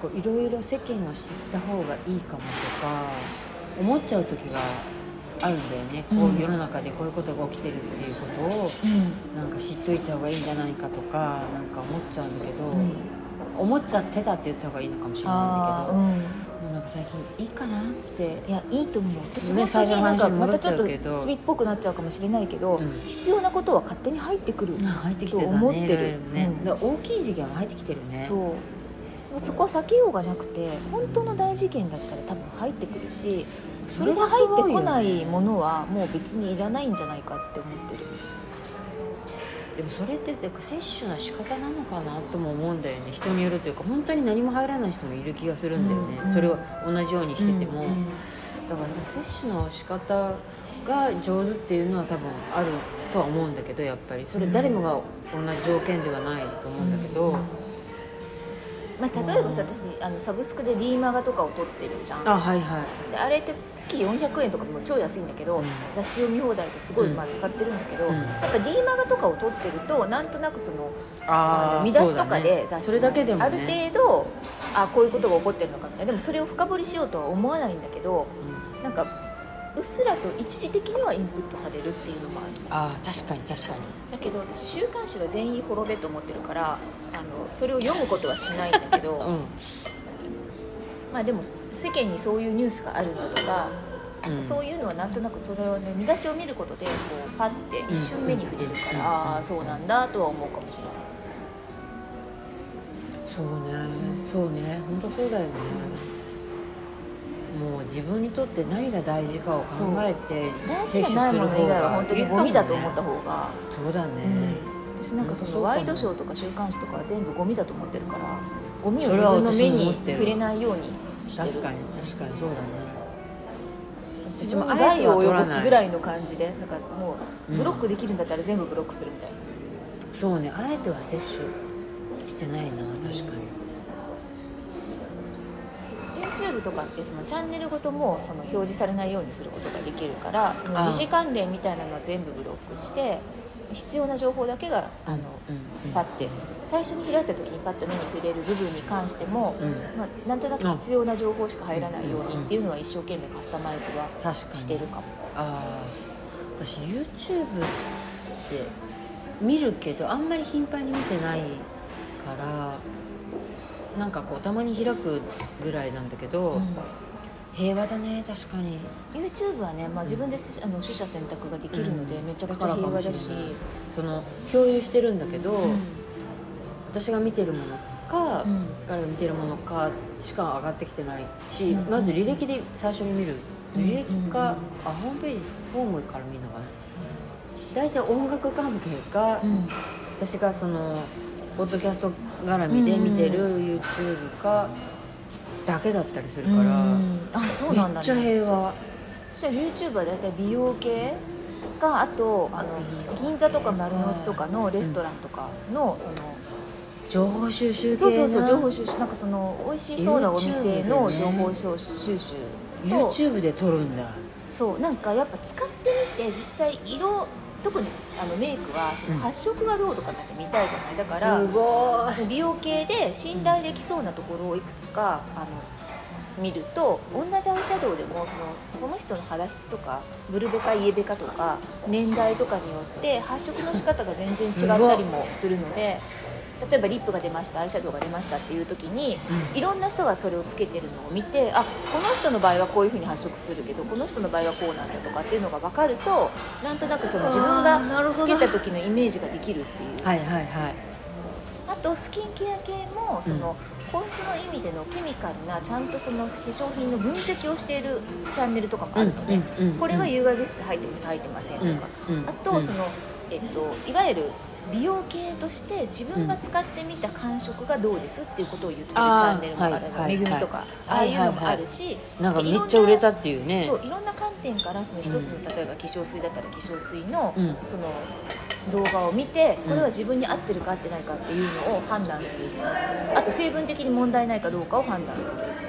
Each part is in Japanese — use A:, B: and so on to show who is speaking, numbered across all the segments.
A: こういろいろ世間を知った方がいいかもとか思っちゃう時があるんだよね、こう世の中でこういうことが起きてるっていうことを、なんか知っといた方がいいんじゃないかとかなんか思っちゃうんだけど、思っちゃってたって言った方がいいのかもしれないんだけど、もうなんか最近いいかなって。いや
B: いいと思う。私も
A: 最初の話に戻っちゃうけど、
B: またちょっと罪っぽくなっちゃうかもしれないけど、必要なことは勝手に入ってくると思ってる。
A: だから大きい事件は入ってきてるね。
B: そこは避けようがなくて、本当の大事件だったら多分入ってくるし、それが入ってこないものはもう別にいらないんじゃないかって思ってる。
A: でもそれって摂取の仕方なのかなとも思うんだよね。人によるというか、本当に何も入らない人もいる気がするんだよね、それを同じようにしてても、だから摂取の仕方が上手っていうのは多分あるとは思うんだけど、やっぱりそれ誰もが同じ条件ではないと思うんだけど、
B: 例えばさ、私サブスクで D マガとかを撮ってるじゃん。であれって月400円とかも超安いんだけど、雑誌読み放題ですごい使ってるんだけど、やっぱ D マガとかを撮ってるとなんとなくその見出しとかで雑誌のある程度こういうことが起こってるのかみたいな。でもそれを深掘りしようとは思わないんだけど、なんかうっすらと一時的にはインプットされるっていうのもある。
A: 確かにだ
B: けど私週刊誌は全員滅べと思ってるから、それを読むことはしないんだけど、でも世間にそういうニュースがあるんだとか、そういうのはなんとなくそれをね、見出しを見ることでこうパッて一瞬目に触れるから、そうなんだとは思うかもしれない。
A: そうね、本当そうだよね。もう自分にとって何が大事かを考えて
B: 大事じゃないもの以外は本当にゴミだと思った方が。
A: そうだね、
B: 私なんかそのワイドショーとか週刊誌とかは全部ゴミだと思ってるから、ゴミを自分の目に触れないようにしてる。
A: 確かにそうだね。
B: 自分の害を及ぼすぐらいの感じで、なんかもうブロックできるんだったら全部ブロックするみたいな。
A: そうね、あえては摂取してないな、確かに。
B: YouTube とかってそのチャンネルごともその表示されないようにすることができるから、その時事関連みたいなのは全部ブロックして、必要な情報だけがパッて最初に開いた時にパッと目に触れる部分に関しても、なんとなく必要な情報しか入らないようにっていうのは一生懸命カスタマイズはしてるかも。
A: 私 YouTube って見るけどあんまり頻繁に見てないから、なんかこうたまに開くぐらいなんだけど、平和だね。確かに
B: YouTube はね、自分で取捨選択ができるので、めちゃくちゃ平和だし、
A: その共有してるんだけど、私が見てるものか、彼が見てるものかしか上がってきてないし、まず履歴で最初に見る、履歴か、ホームページホームから見るのかな。大体音楽関係か、私がそのポッドキャスト絡みで見てる YouTube かだけだったりするから、
B: そうなんだね。
A: めっちゃ平和。
B: 私は YouTube は大体美容系か、あと銀座とか丸の内とかのレストランとかのその
A: 情報収集系。
B: そう情報収集、なんかその美味しそうなお店の情報収集と
A: YouTube で撮るんだ。
B: そう、なんかやっぱ使ってみて実際色、特にメイクはその発色がどうとかなんて見たいじゃない。だから
A: すごい
B: 美容系で信頼できそうなところをいくつか見ると、同じアイシャドウでもその人の肌質とかブルベかイエベかとか年代とかによって発色の仕方が全然違ったりもするので、例えばリップが出ました、アイシャドウが出ましたっていう時に、いろんな人がそれをつけてるのを見て、この人の場合はこういう風に発色するけどこの人の場合はこうなんだとかっていうのが分かると、なんとなくその自分がつけた時のイメージができるっていう。あとスキンケア系もその、本当の意味でのケミカルなちゃんとその化粧品の分析をしているチャンネルとかもあるので、これは有害物質入ってます入ってませんとか、あとその、いわゆる美容系として自分が使ってみた感触がどうですっていうことを言ってるチャンネルもあるの、めぐみとかああいうのもあるし、
A: なんかめっちゃ売れたっていうね。
B: そう、いろんな観点からその一つの、例えば化粧水だったら化粧水のその動画を見て、これは自分に合ってるか合ってないかっていうのを判断する。あと成分的に問題ないかどうかを判断する。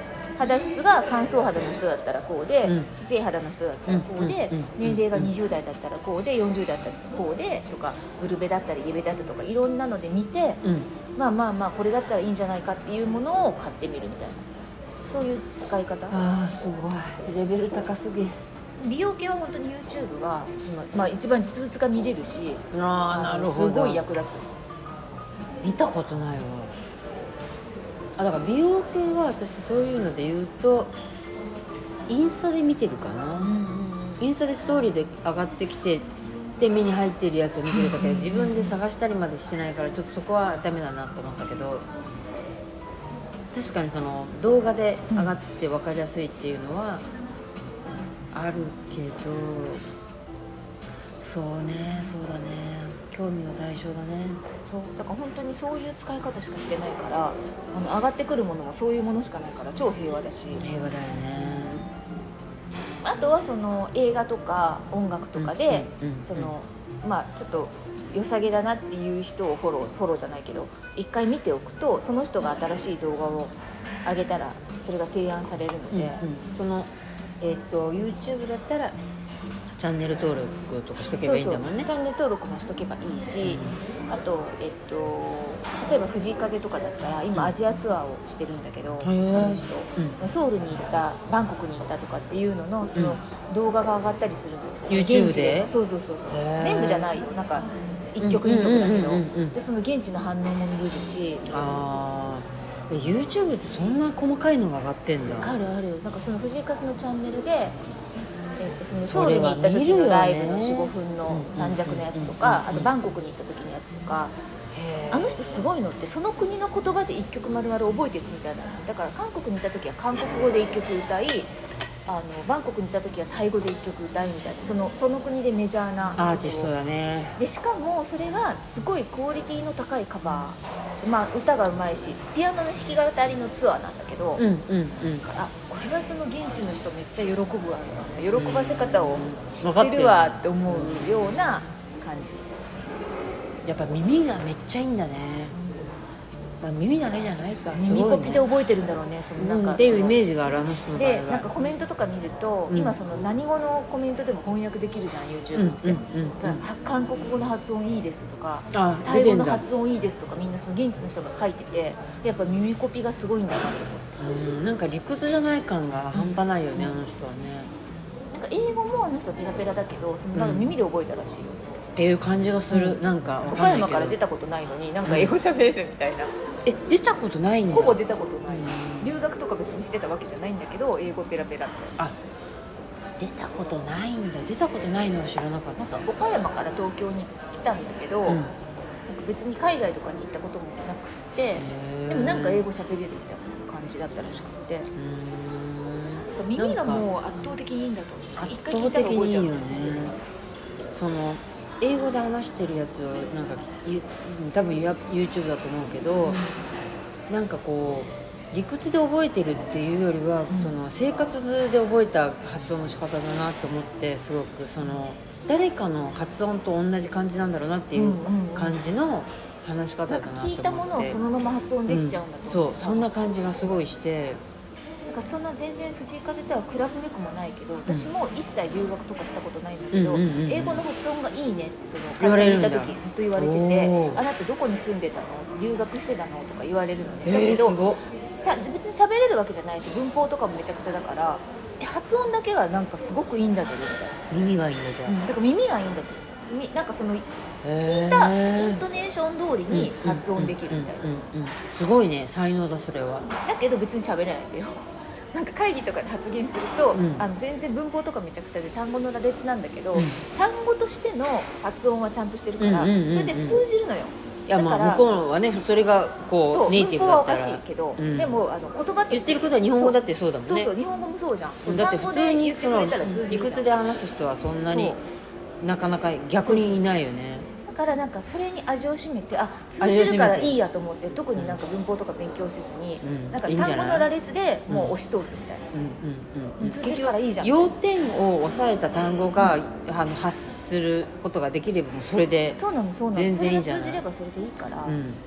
B: 肌質が乾燥肌の人だったらこうで、
A: うん
B: 脂性肌の人だったらこうで、年齢が20代だったらこうで、40代だったらこうでとか、ブルベだったりイエベだったりとかいろんなので見て、まあこれだったらいいんじゃないかっていうものを買ってみるみたいな、そういう使い方。
A: ああすごいレベル高すぎ。
B: 美容系は本当に YouTube は、一番実物が見れるし、
A: なるほど、
B: すごい役立つ。
A: 見たことないわ。だから美容系は私そういうので言うとインスタで見てるかな、インスタでストーリーで上がってきてで目に入っているやつを見てるだけで、自分で探したりまでしてないからちょっとそこはダメだなと思ったけど、確かにその動画で上がって分かりやすいっていうのはあるけど、そうだね、興味の対象だね。
B: そうだから本当にそういう使い方しかしてないから、上がってくるものがそういうものしかないから超平和だし、
A: 平和だよね。
B: あとはその映画とか音楽とかで、そのちょっと良さげだなっていう人をフォローじゃないけど一回見ておくと、その人が新しい動画を上げたらそれが提案されるので、
A: そのYouTube だったらチャンネル登録とかしとけばいいんだもんね。
B: チャンネル登録もしとけばいいし、あと、例えば藤井風とかだったら今アジアツアーをしてるんだけど、あの人、ソウルに行った、バンコクに行ったとかっていうののその動画が上がったりするの、
A: YouTube で。
B: そう全部じゃないよ、なんか1曲2曲だけど、でその現地の反応も見れるし。
A: YouTube ってそんな細かいのが上がってんだ。
B: ある。なんかその藤井風のチャンネルで、そのソウルに行った時のライブの 4,5 分の短尺のやつとか、あとバンコクに行った時のやつとか、あの人すごいのってその国の言葉で1曲丸々覚えていくみたいな。だから韓国に行った時は韓国語で1曲歌い、バンコクに行った時はタイ語で1曲歌いみたいな、その国でメジャーな
A: アーティストだね。
B: でしかもそれがすごいクオリティの高いカバー、歌がうまいしピアノの弾き語りのツアーなんだけど、これはその現地の人めっちゃ喜ぶわ、喜ばせ方を知ってるわって思うような感じ。
A: やっぱ耳がめっちゃいいんだね。耳だけじゃないか、
B: 耳コピで覚えてるんだろうね、そのなんか
A: っていうイメージがある、あの人の場合は。
B: でなんかコメントとか見ると、今その何語のコメントでも翻訳できるじゃん YouTube って、韓国語の発音いいですとか、タイ語の発音いいですとか、みんなその現地の人が書いてて、やっぱ耳コピがすごいんだなと思って、
A: なんか理屈じゃない感が半端ないよね、あの人はね。
B: なんか英語もあの人はペラペラだけど、そのなんか耳で覚えたらしいよ、
A: っていう感じがする。なんか
B: 岡山から出たことないのになんか英語喋れるみたいな。
A: 出たことないんだ。
B: ほぼ出たことない、留学とか別にしてたわけじゃないんだけど英語ペラペラみたいな。
A: 出たことないんだ。出たことないのは知らなかった。
B: なんか岡山から東京に来たんだけど、なんか別に海外とかに行ったこともなくってでもなんか英語喋れるみたいな感じだったらしくて、耳がもう圧倒的にいいんだと思う。一回聞いたら覚えちゃう。
A: その英語で話してるやつをなんか多分 YouTube だと思うけど、なんかこう理屈で覚えてるっていうよりは、その生活で覚えた発音の仕方だなと思って、すごくその誰かの発音と同じ感じなんだろうなっていう感じの話し方だなと思って、
B: 聞いたものをそのまま発音できちゃうんだと思う。
A: そんな感じがすごいして、
B: なんかそんな全然藤井風とは比べべくもないけど、私も一切留学とかしたことないんだけど、英語の発音がいいねってその会社に行った時ずっと言われてて、あなたどこに住んでたの、留学してたのとか言われるのね。だけど別に喋れるわけじゃないし、文法とかもめちゃくちゃだから、発音だけがなんかすごくいいんだけどみたいな。
A: 耳がいいんだじゃん。
B: だから耳がいいんだけど、なんかその聞いたイントネーション通りに発音できるみたいな。
A: すごいね、才能だそれは。
B: だけど別に喋れないんだよ。なんか会議とかで発言すると、全然文法とかめちゃくちゃで単語の羅列なんだけど、単語としての発音はちゃんとしてるから、それで通じるのよ。
A: いや、まあ向こうはね、それがこうネイティブだったら、
B: 文法はおかしいけど、でも言葉
A: 言ってることは日本語だってそうだもんね。
B: そう日本語もそうじゃん。
A: だって普通にその理屈で話す人はそんなになかなか逆にいないよね。
B: だからなんかそれに味を占めて、通じるからいいやと思って、特になんか文法とか勉強せずに、なんか単語の羅列でもう押し通すみたいな。通じるからいいじゃん。
A: 要点を押さえた単語が発することができればもうそれで全然いいんじゃない。
B: それが通じればそれでいいから。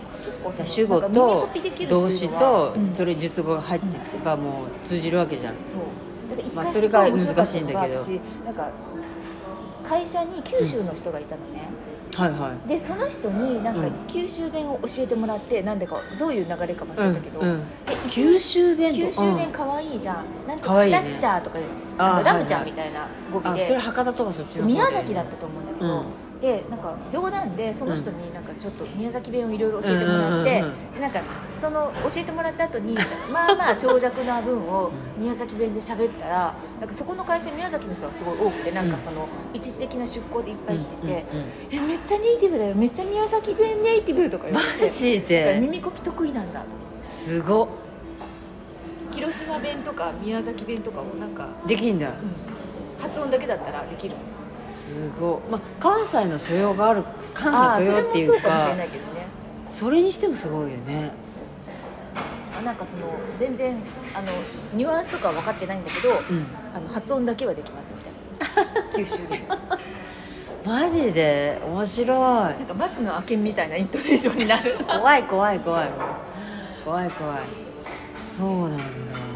B: 結構さ
A: 主語
B: なんか耳コ
A: と
B: ピできるっていうのは
A: 動詞と
B: うん
A: それ述語が入ってばもう通じるわけじゃん。
B: そうだから一
A: まあ
B: 回
A: それが
B: すごい面白かったのが
A: 難しいんだけど
B: 私なんか会社に九州の人がいたのね、
A: はいはい
B: でその人になんか
A: うん
B: 九州弁を教えてもらってなんでかどういう流れか忘れたけど、
A: うんうん
B: で
A: 九州弁と
B: 九州弁可愛いじゃん、なんとかス
A: 可愛いね
B: タッチャーとか
A: あ
B: なんかラムちゃ
A: はいはい
B: んみたいな語尾
A: あそれ
B: で、
A: 博多とかそっち
B: そう
A: の方で
B: 宮崎だったと思うんだけど、でなんか冗談でその人になんかちょっと宮崎弁をいろいろ教えてもらって、
A: うんうんうん
B: でなんかその教えてもらった後にまあまあ長尺な分を宮崎弁で喋ったらなんかそこの会社宮崎の人がすごい多くてなんかその一時的な出向でいっぱい来てて、
A: うんうんうん
B: めっちゃネイティブだよめっちゃ宮崎弁ネイティブとか言われて
A: マジ
B: だから
A: で
B: 耳コピ得意なんだと
A: すごっ
B: 広島弁とか宮崎弁とかをなんか、
A: できんだ
B: 発音だけだったらできる
A: すごい、まあ、関西の素養がある関西の素養っていう
B: それもそうかもし
A: か
B: れないけどね
A: それにしてもすごいよね
B: なんかその全然ニュアンスとかは分かってないんだけど、
A: うん
B: 発音だけはできますみたいな九州弁
A: マジで面白い
B: なんか松の明けみたいなイントネーションになる
A: 怖い怖い怖い怖い怖いそうなんだ
B: す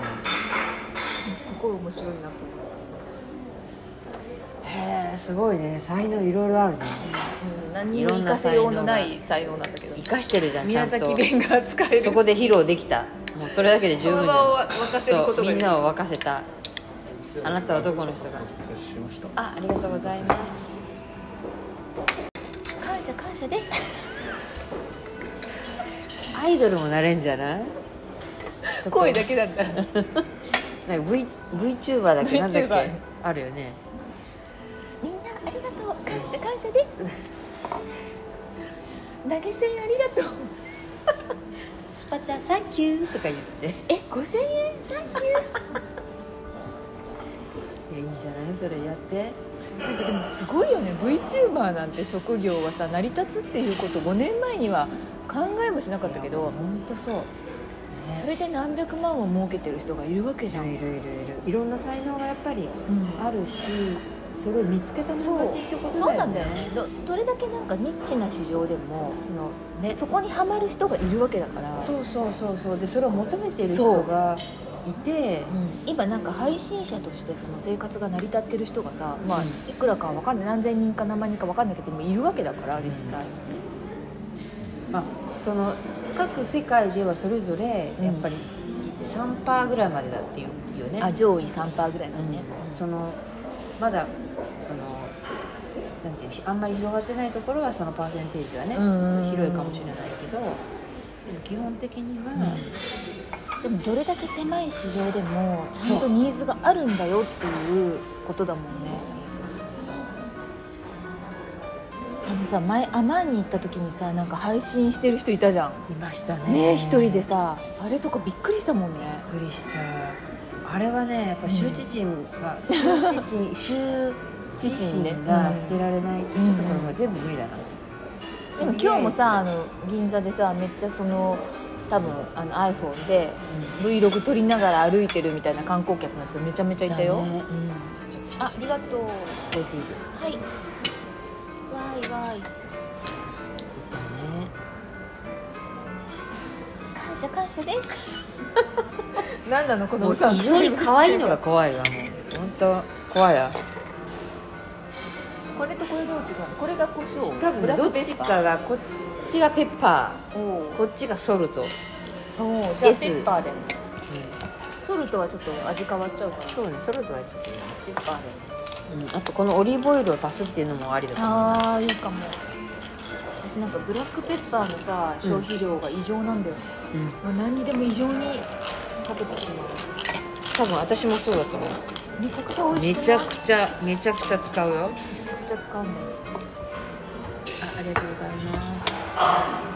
B: ごい面白いなと思
A: へえすごいね才能いろいろあるね
B: う、何にも活かせようのない才能なんだけど
A: 生かしてるじゃん
B: 宮
A: ちゃんと
B: 崎弁が使える
A: そこで披露できたもうそれだけで十分じゃん
B: その場を沸かせることが
A: そうみんなを沸かせたあなたはどこの人が
C: しました。
A: ありがとうございます
B: 感謝感謝です
A: アイドルもなれんじゃないちょっと
B: 声だけだったら
A: なんか VTuber だっけなんだっ
B: VTuber
A: けあるよね
B: みんなありがとう感謝感謝です投げ銭ありがとう
A: スパチャサンキューとか言ってい
B: え5000円サンキュ
A: やいいんじゃないそれやって
B: ーなんかでもすごいよね VTuber なんて職業はさ成り立つっていうこと5年前には考えもしなかったけど
A: 本当そう、ね、
B: それで何百万を儲けてる人がいるわけじゃん、
A: いるいるいるいろんな才能がやっぱり
B: うん
A: あるしそれを見つけた者勝ちってことだよね
B: そうなんだよねどれだけなんかニッチな市場でも
A: ね
B: そこにはまる人がいるわけだから
A: そうそうそうそうでそれを求めている人がいて
B: 今なんか配信者としてその生活が成り立ってる人がさ、まあ
A: うん
B: いくらかわかんない何千人か何万人かわかんないけどもいるわけだから実際、
A: まあその各世界ではそれぞれやっぱり 3% ぐらいまでだっていうよね、
B: あ上位 3% ぐらいなのね、
A: そのまだそのなんていうあんまり広がってないところはそのパーセンテージはね広いかもしれないけどでも基本的には、
B: でもどれだけ狭い市場でもちゃんとニーズがあるんだよっていうことだもんね。前アマンに行った時にさなんか配信してる人いたじゃん
A: いましたね
B: ね一人でさあれとかびっくりしたもんね。
A: びっくりしたあれはねやっぱ羞恥心が、羞恥心が捨てられないっていうところが全部無理だな、
B: でも今日もさ銀座でさめっちゃその多分iPhone で Vlog 撮りながら歩いてるみたいな観光客の人めちゃめちゃいたよ、
A: だね
B: ありがとう
A: コーヒーです
B: はいわーいわーい
A: いたね
B: 感謝感謝です何なのこの
A: もう異常に可愛いのが怖いわもう本当怖いわ
B: これとこれどう違うのこれが胡椒
A: 多分
B: ブラッ
A: どっち
B: クペッパー
A: かがこっちがペッパ
B: お
A: ーこっちがソルト、
B: おじゃあ
A: S
B: ペッパーでソルトはちょっと味変わっちゃうから
A: そうねソルトはちょっとね、
B: ペッパーで
A: あとこのオリーブオイルを足すっていうのもありだと思うな
B: ああいいかも私なんかブラックペッパーのさ消費量が異常なんだよ、もう何にでも異常にかけてしまう
A: 多分私もそうだと思う
B: めちゃくちゃ美味し
A: め
B: くない
A: ちゃくちゃめちゃくちゃ使うよ
B: めちゃくちゃ使うんだよ
A: ありがとうございます